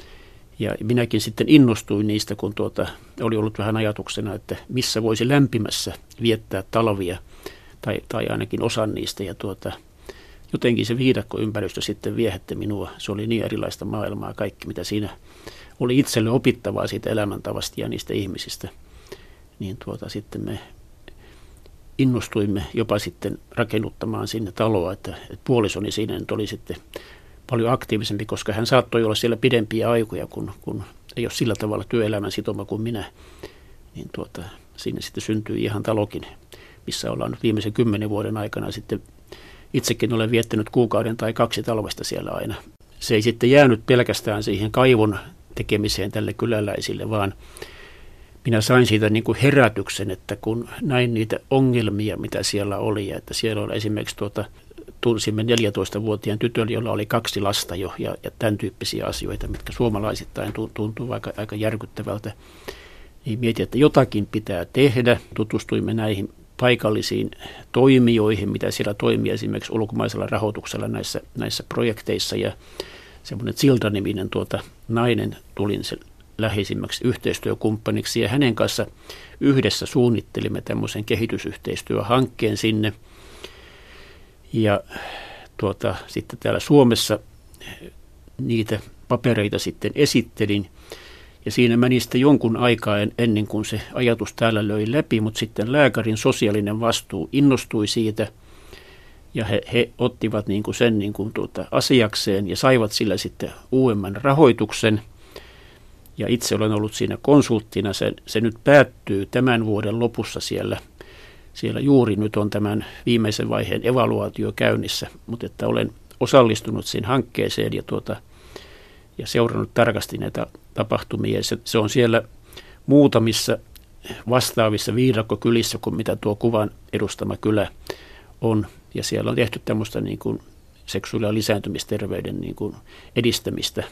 Ja minäkin sitten innostuin niistä, kun tuota, oli ollut vähän ajatuksena, että missä voisi lämpimässä viettää talvia. Tai, tai ainakin osan niistä. Ja tuota, jotenkin se viidakkoympäristö sitten viehätti minua. Se oli niin erilaista maailmaa kaikki, mitä siinä oli itselle opittavaa siitä elämäntavasta ja niistä ihmisistä. Niin tuota, sitten me innostuimme jopa sitten rakennuttamaan sinne taloa, että, että puolisoni siinä nyt oli sitten paljon aktiivisempi, koska hän saattoi olla siellä pidempiä aikoja, kun, kun ei ole sillä tavalla työelämän sitoma kuin minä. Niin tuota, sinne sitten syntyi ihan talokin, missä ollaan nyt viimeisen kymmenen vuoden aikana sitten itsekin olen viettänyt kuukauden tai kaksi talvesta siellä aina. Se ei sitten jäänyt pelkästään siihen kaivon tekemiseen tälle kyläläisille, vaan minä sain siitä niin kuin herätyksen, että kun näin niitä ongelmia, mitä siellä oli, ja että siellä oli esimerkiksi tuota, tunsimme neljätoistavuotiaan tytön, jolla oli kaksi lasta jo, ja, ja tämän tyyppisiä asioita, mitkä suomalaisittain tuntuu aika, aika järkyttävältä, niin mietin, että jotakin pitää tehdä. Tutustuimme näihin paikallisiin toimijoihin, mitä siellä toimii esimerkiksi ulkomaisella rahoituksella näissä, näissä projekteissa, ja semmoinen Zilda-niminen tuota, nainen tuli sen läheisimmäksi yhteistyökumppaniksi, ja hänen kanssa yhdessä suunnittelimme tämmöisen kehitysyhteistyöhankkeen sinne. Ja tuota, sitten täällä Suomessa niitä papereita sitten esittelin, ja siinä meni sitten jonkun aikaa ennen kuin se ajatus täällä löi läpi, mutta sitten lääkärin sosiaalinen vastuu innostui siitä, ja he, he ottivat niin kuin sen niin kuin tuota asiakseen ja saivat sillä sitten uudemman rahoituksen. Ja itse olen ollut siinä konsulttina. Se, se nyt päättyy tämän vuoden lopussa siellä. Siellä juuri nyt on tämän viimeisen vaiheen evaluaatio käynnissä, mutta että olen osallistunut siihen hankkeeseen ja, tuota, ja seurannut tarkasti näitä tapahtumia. Se, se on siellä muutamissa vastaavissa viidakkokylissä kuin mitä tuo kuvan edustama kylä on. Ja siellä on tehty tämmöistä niin kuin seksuaali- ja lisääntymisterveyden niin kuin edistämistä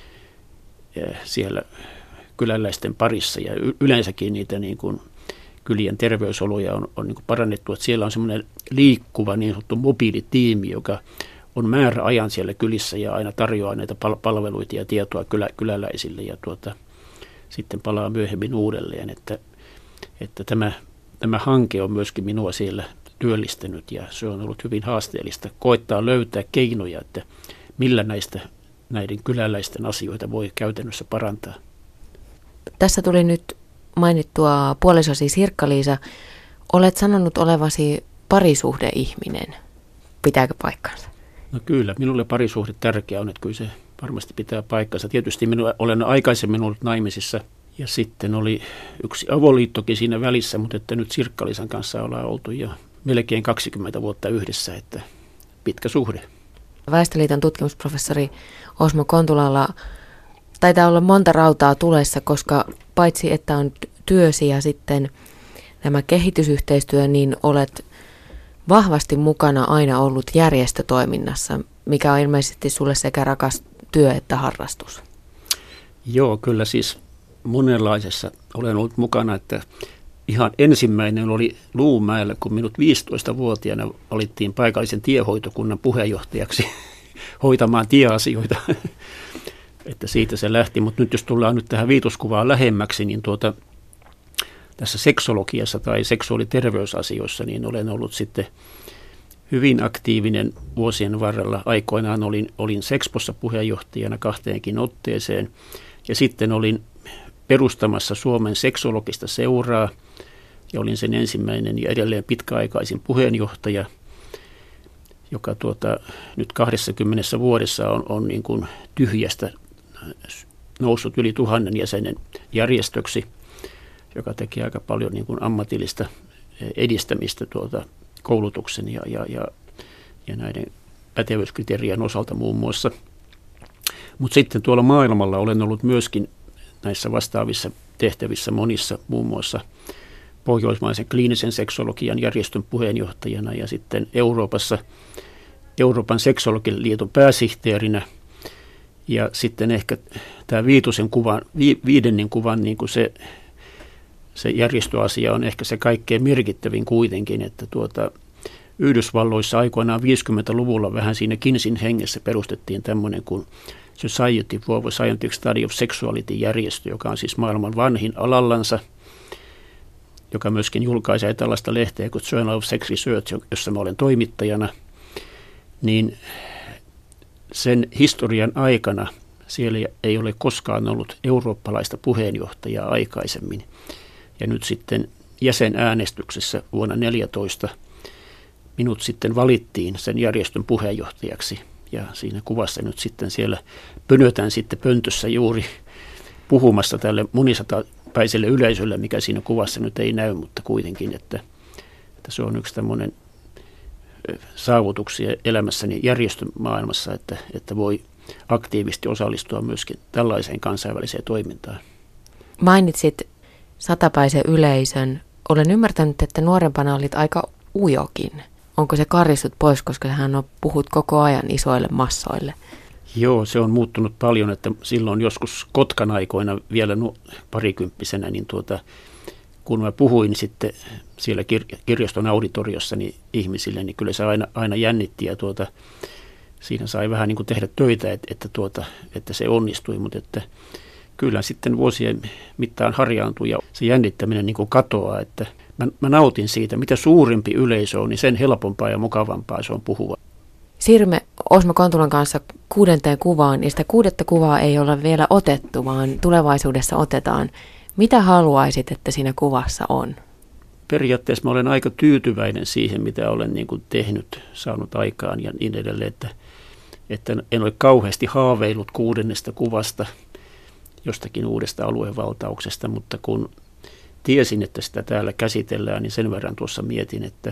siellä kyläläisten parissa. Ja yleensäkin niitä niin kuin kylien terveysoloja on, on niin kuin parannettu. Että siellä on semmoinen liikkuva niin sanottu mobiilitiimi, joka on määräajan siellä kylissä ja aina tarjoaa näitä pal- palveluita ja tietoa kylä, kyläläisille. Ja tuota, sitten palaa myöhemmin uudelleen. Että, että tämä, tämä hanke on myöskin minua siellä työllistänyt ja se on ollut hyvin haasteellista koittaa löytää keinoja, että millä näistä näiden kyläläisten asioita voi käytännössä parantaa. Tässä tuli nyt mainittua puolisosi Sirkka-Liisa. Olet sanonut olevasi parisuhdeihminen. Pitääkö paikkansa? No kyllä, minulle parisuhde tärkeä on, että kyllä se varmasti pitää paikkansa. Tietysti minua, olen aikaisemmin ollut naimisissa ja sitten oli yksi avoliittokin siinä välissä, mutta että nyt Sirkka-Liisan kanssa ollaan oltu jo melkein kaksikymmentä vuotta yhdessä, että pitkä suhde. Väestöliiton tutkimusprofessori Osmo Kontulalla taitaa olla monta rautaa tulessa, koska paitsi että on työsi ja sitten nämä kehitysyhteistyö, niin olet vahvasti mukana aina ollut järjestötoiminnassa, mikä on ilmeisesti sulle sekä rakas työ että harrastus. Joo, kyllä siis monenlaisessa olen ollut mukana, että ihan ensimmäinen oli Luumäellä, kun minut viisitoistavuotiaana valittiin paikallisen tiehoitokunnan puheenjohtajaksi hoitamaan tieasioita. Että siitä se lähti, mutta nyt jos tullaan nyt tähän viitoskuvaan lähemmäksi, niin tuota, tässä seksologiassa tai seksuaaliterveysasioissa, niin olen ollut sitten hyvin aktiivinen vuosien varrella. Aikoinaan olin, olin Sexpossa puheenjohtajana kahteenkin otteeseen ja sitten olin perustamassa Suomen seksologista seuraa ja olin sen ensimmäinen ja edelleen pitkäaikaisin puheenjohtaja, joka tuota, nyt kaksikymmentä vuodessa on, on niin kuin tyhjästä noussut yli tuhannen jäsenen järjestöksi, joka tekee aika paljon niin kuin ammatillista edistämistä tuota, koulutuksen ja, ja, ja, ja näiden pätevyyskriteerien osalta muun muassa. Mutta sitten tuolla maailmalla olen ollut myöskin näissä vastaavissa tehtävissä monissa, muun muassa Pohjoismaisen kliinisen seksologian järjestön puheenjohtajana ja sitten Euroopassa Euroopan seksologien liiton pääsihteerinä. Ja sitten ehkä tämä viitosen kuvan, vi, viidennen kuvan niin kuin se, se järjestöasia on ehkä se kaikkein merkittävin kuitenkin, että tuota, Yhdysvalloissa aikoinaan viisikymmentäluvulla vähän siinä Kinsin hengessä perustettiin tämmöinen kuin Society for the Scientific Study of Sexuality-järjestö, joka on siis maailman vanhin alallansa, joka myöskin julkaisee tällaista lehteä kuin Journal of Sex Research, jossa mä olen toimittajana, niin sen historian aikana siellä ei ole koskaan ollut eurooppalaista puheenjohtajaa aikaisemmin. Ja nyt sitten jäsenäänestyksessä vuonna neljätoista minut sitten valittiin sen järjestön puheenjohtajaksi. Ja siinä kuvassa nyt sitten siellä pönötän sitten pöntössä juuri puhumassa tälle monisatapäiselle yleisölle, mikä siinä kuvassa nyt ei näy, mutta kuitenkin, että, että se on yksi tämmöinen saavutuksia elämässäni järjestömaailmassa, että, että voi aktiivisesti osallistua myöskin tällaiseen kansainväliseen toimintaan. Mainitsit satapäisen yleisön. Olen ymmärtänyt, että nuorempana olit aika ujokin. Onko se karissut pois, koska hän on puhut koko ajan isoille massoille? Joo, se on muuttunut paljon, että silloin joskus Kotkan aikoina vielä nu, parikymppisenä, niin tuota, kun mä puhuin sitten siellä kir- kirjaston auditoriossa niin ihmisille, niin kyllä se aina, aina jännitti ja tuota, siinä sai vähän niin kuin tehdä töitä, että, että, tuota, että se onnistui, mutta että kyllä sitten vuosien mittaan harjaantui ja se jännittäminen niin kuin katoaa, että mä, mä nautin siitä, mitä suurempi yleisö on, niin sen helpompaa ja mukavampaa se on puhua. Siirrymme Osmo Kontulan kanssa kuudenteen kuvaan, ja sitä kuudetta kuvaa ei ole vielä otettu, vaan tulevaisuudessa otetaan. Mitä haluaisit, että siinä kuvassa on? Periaatteessa mä olen aika tyytyväinen siihen, mitä olen niin kuin tehnyt, saanut aikaan ja niin edelleen, että, että en ole kauheasti haaveillut kuudennesta kuvasta, jostakin uudesta aluevaltauksesta, mutta kun tiesin, että sitä täällä käsitellään, niin sen verran tuossa mietin, että,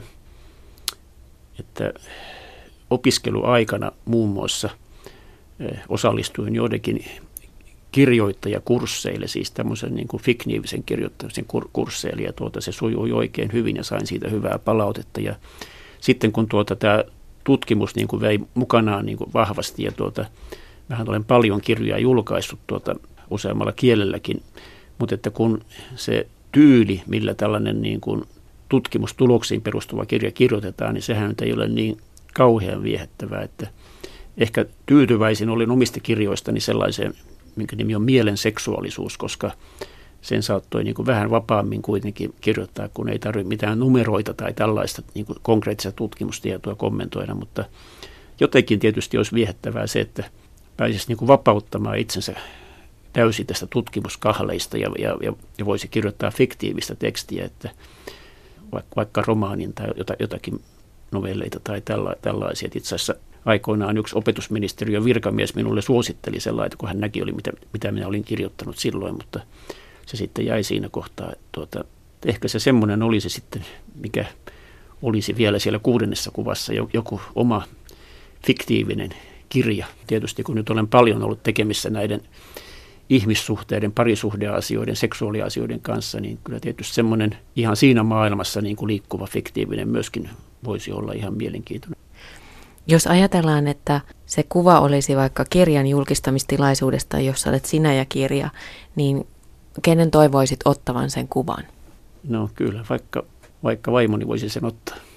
että opiskeluaikana muun muassa osallistuin joidenkin kirjoittajakursseille, siis tämmöisen niin kuin fiktiivisen kirjoittamisen kursseille, ja tuota, se sujui oikein hyvin ja sain siitä hyvää palautetta. Ja sitten kun tuota, tämä tutkimus niin kuin vei mukanaan niin kuin vahvasti, ja tuota, mähän olen paljon kirjoja julkaissut tuota, useammalla kielelläkin, mutta että kun se tyyli, millä tällainen niin kuin tutkimustuloksiin perustuva kirja kirjoitetaan, niin sehän nyt ei ole niin kauhean viehättävää, että ehkä tyytyväisin olin omista kirjoistani sellaiseen, minkä nimi on mielen seksuaalisuus, koska sen saattoi niin kuin vähän vapaammin kuitenkin kirjoittaa, kun ei tarvitse mitään numeroita tai tällaista niin kuin konkreettista tutkimustietoa kommentoida, mutta jotenkin tietysti olisi viehättävää se, että pääsisi niin kuin vapauttamaan itsensä täysin tästä tutkimuskahleista ja, ja, ja voisi kirjoittaa fiktiivistä tekstiä, että vaikka, vaikka romaanin tai jotakin novelleita tai tälla, tällaisia. Itse asiassa aikoinaan yksi opetusministeriön virkamies minulle suositteli sellainen, kun hän näki, oli mitä, mitä minä olin kirjoittanut silloin, mutta se sitten jäi siinä kohtaa. Että tuota, ehkä se semmoinen olisi sitten, mikä olisi vielä siellä kuudennessa kuvassa, joku oma fiktiivinen kirja. Tietysti kun nyt olen paljon ollut tekemissä näiden ihmissuhteiden, parisuhdeasioiden, seksuaaliasioiden kanssa, niin kyllä tietysti semmoinen ihan siinä maailmassa niin kuin liikkuva fiktiivinen myöskin voisi olla ihan mielenkiintoinen. Jos ajatellaan, että se kuva olisi vaikka kirjan julkistamistilaisuudesta, jossa olet sinä ja kirja, niin kenen toivoisit ottavan sen kuvan? No kyllä, vaikka, vaikka vaimoni voisi sen ottaa.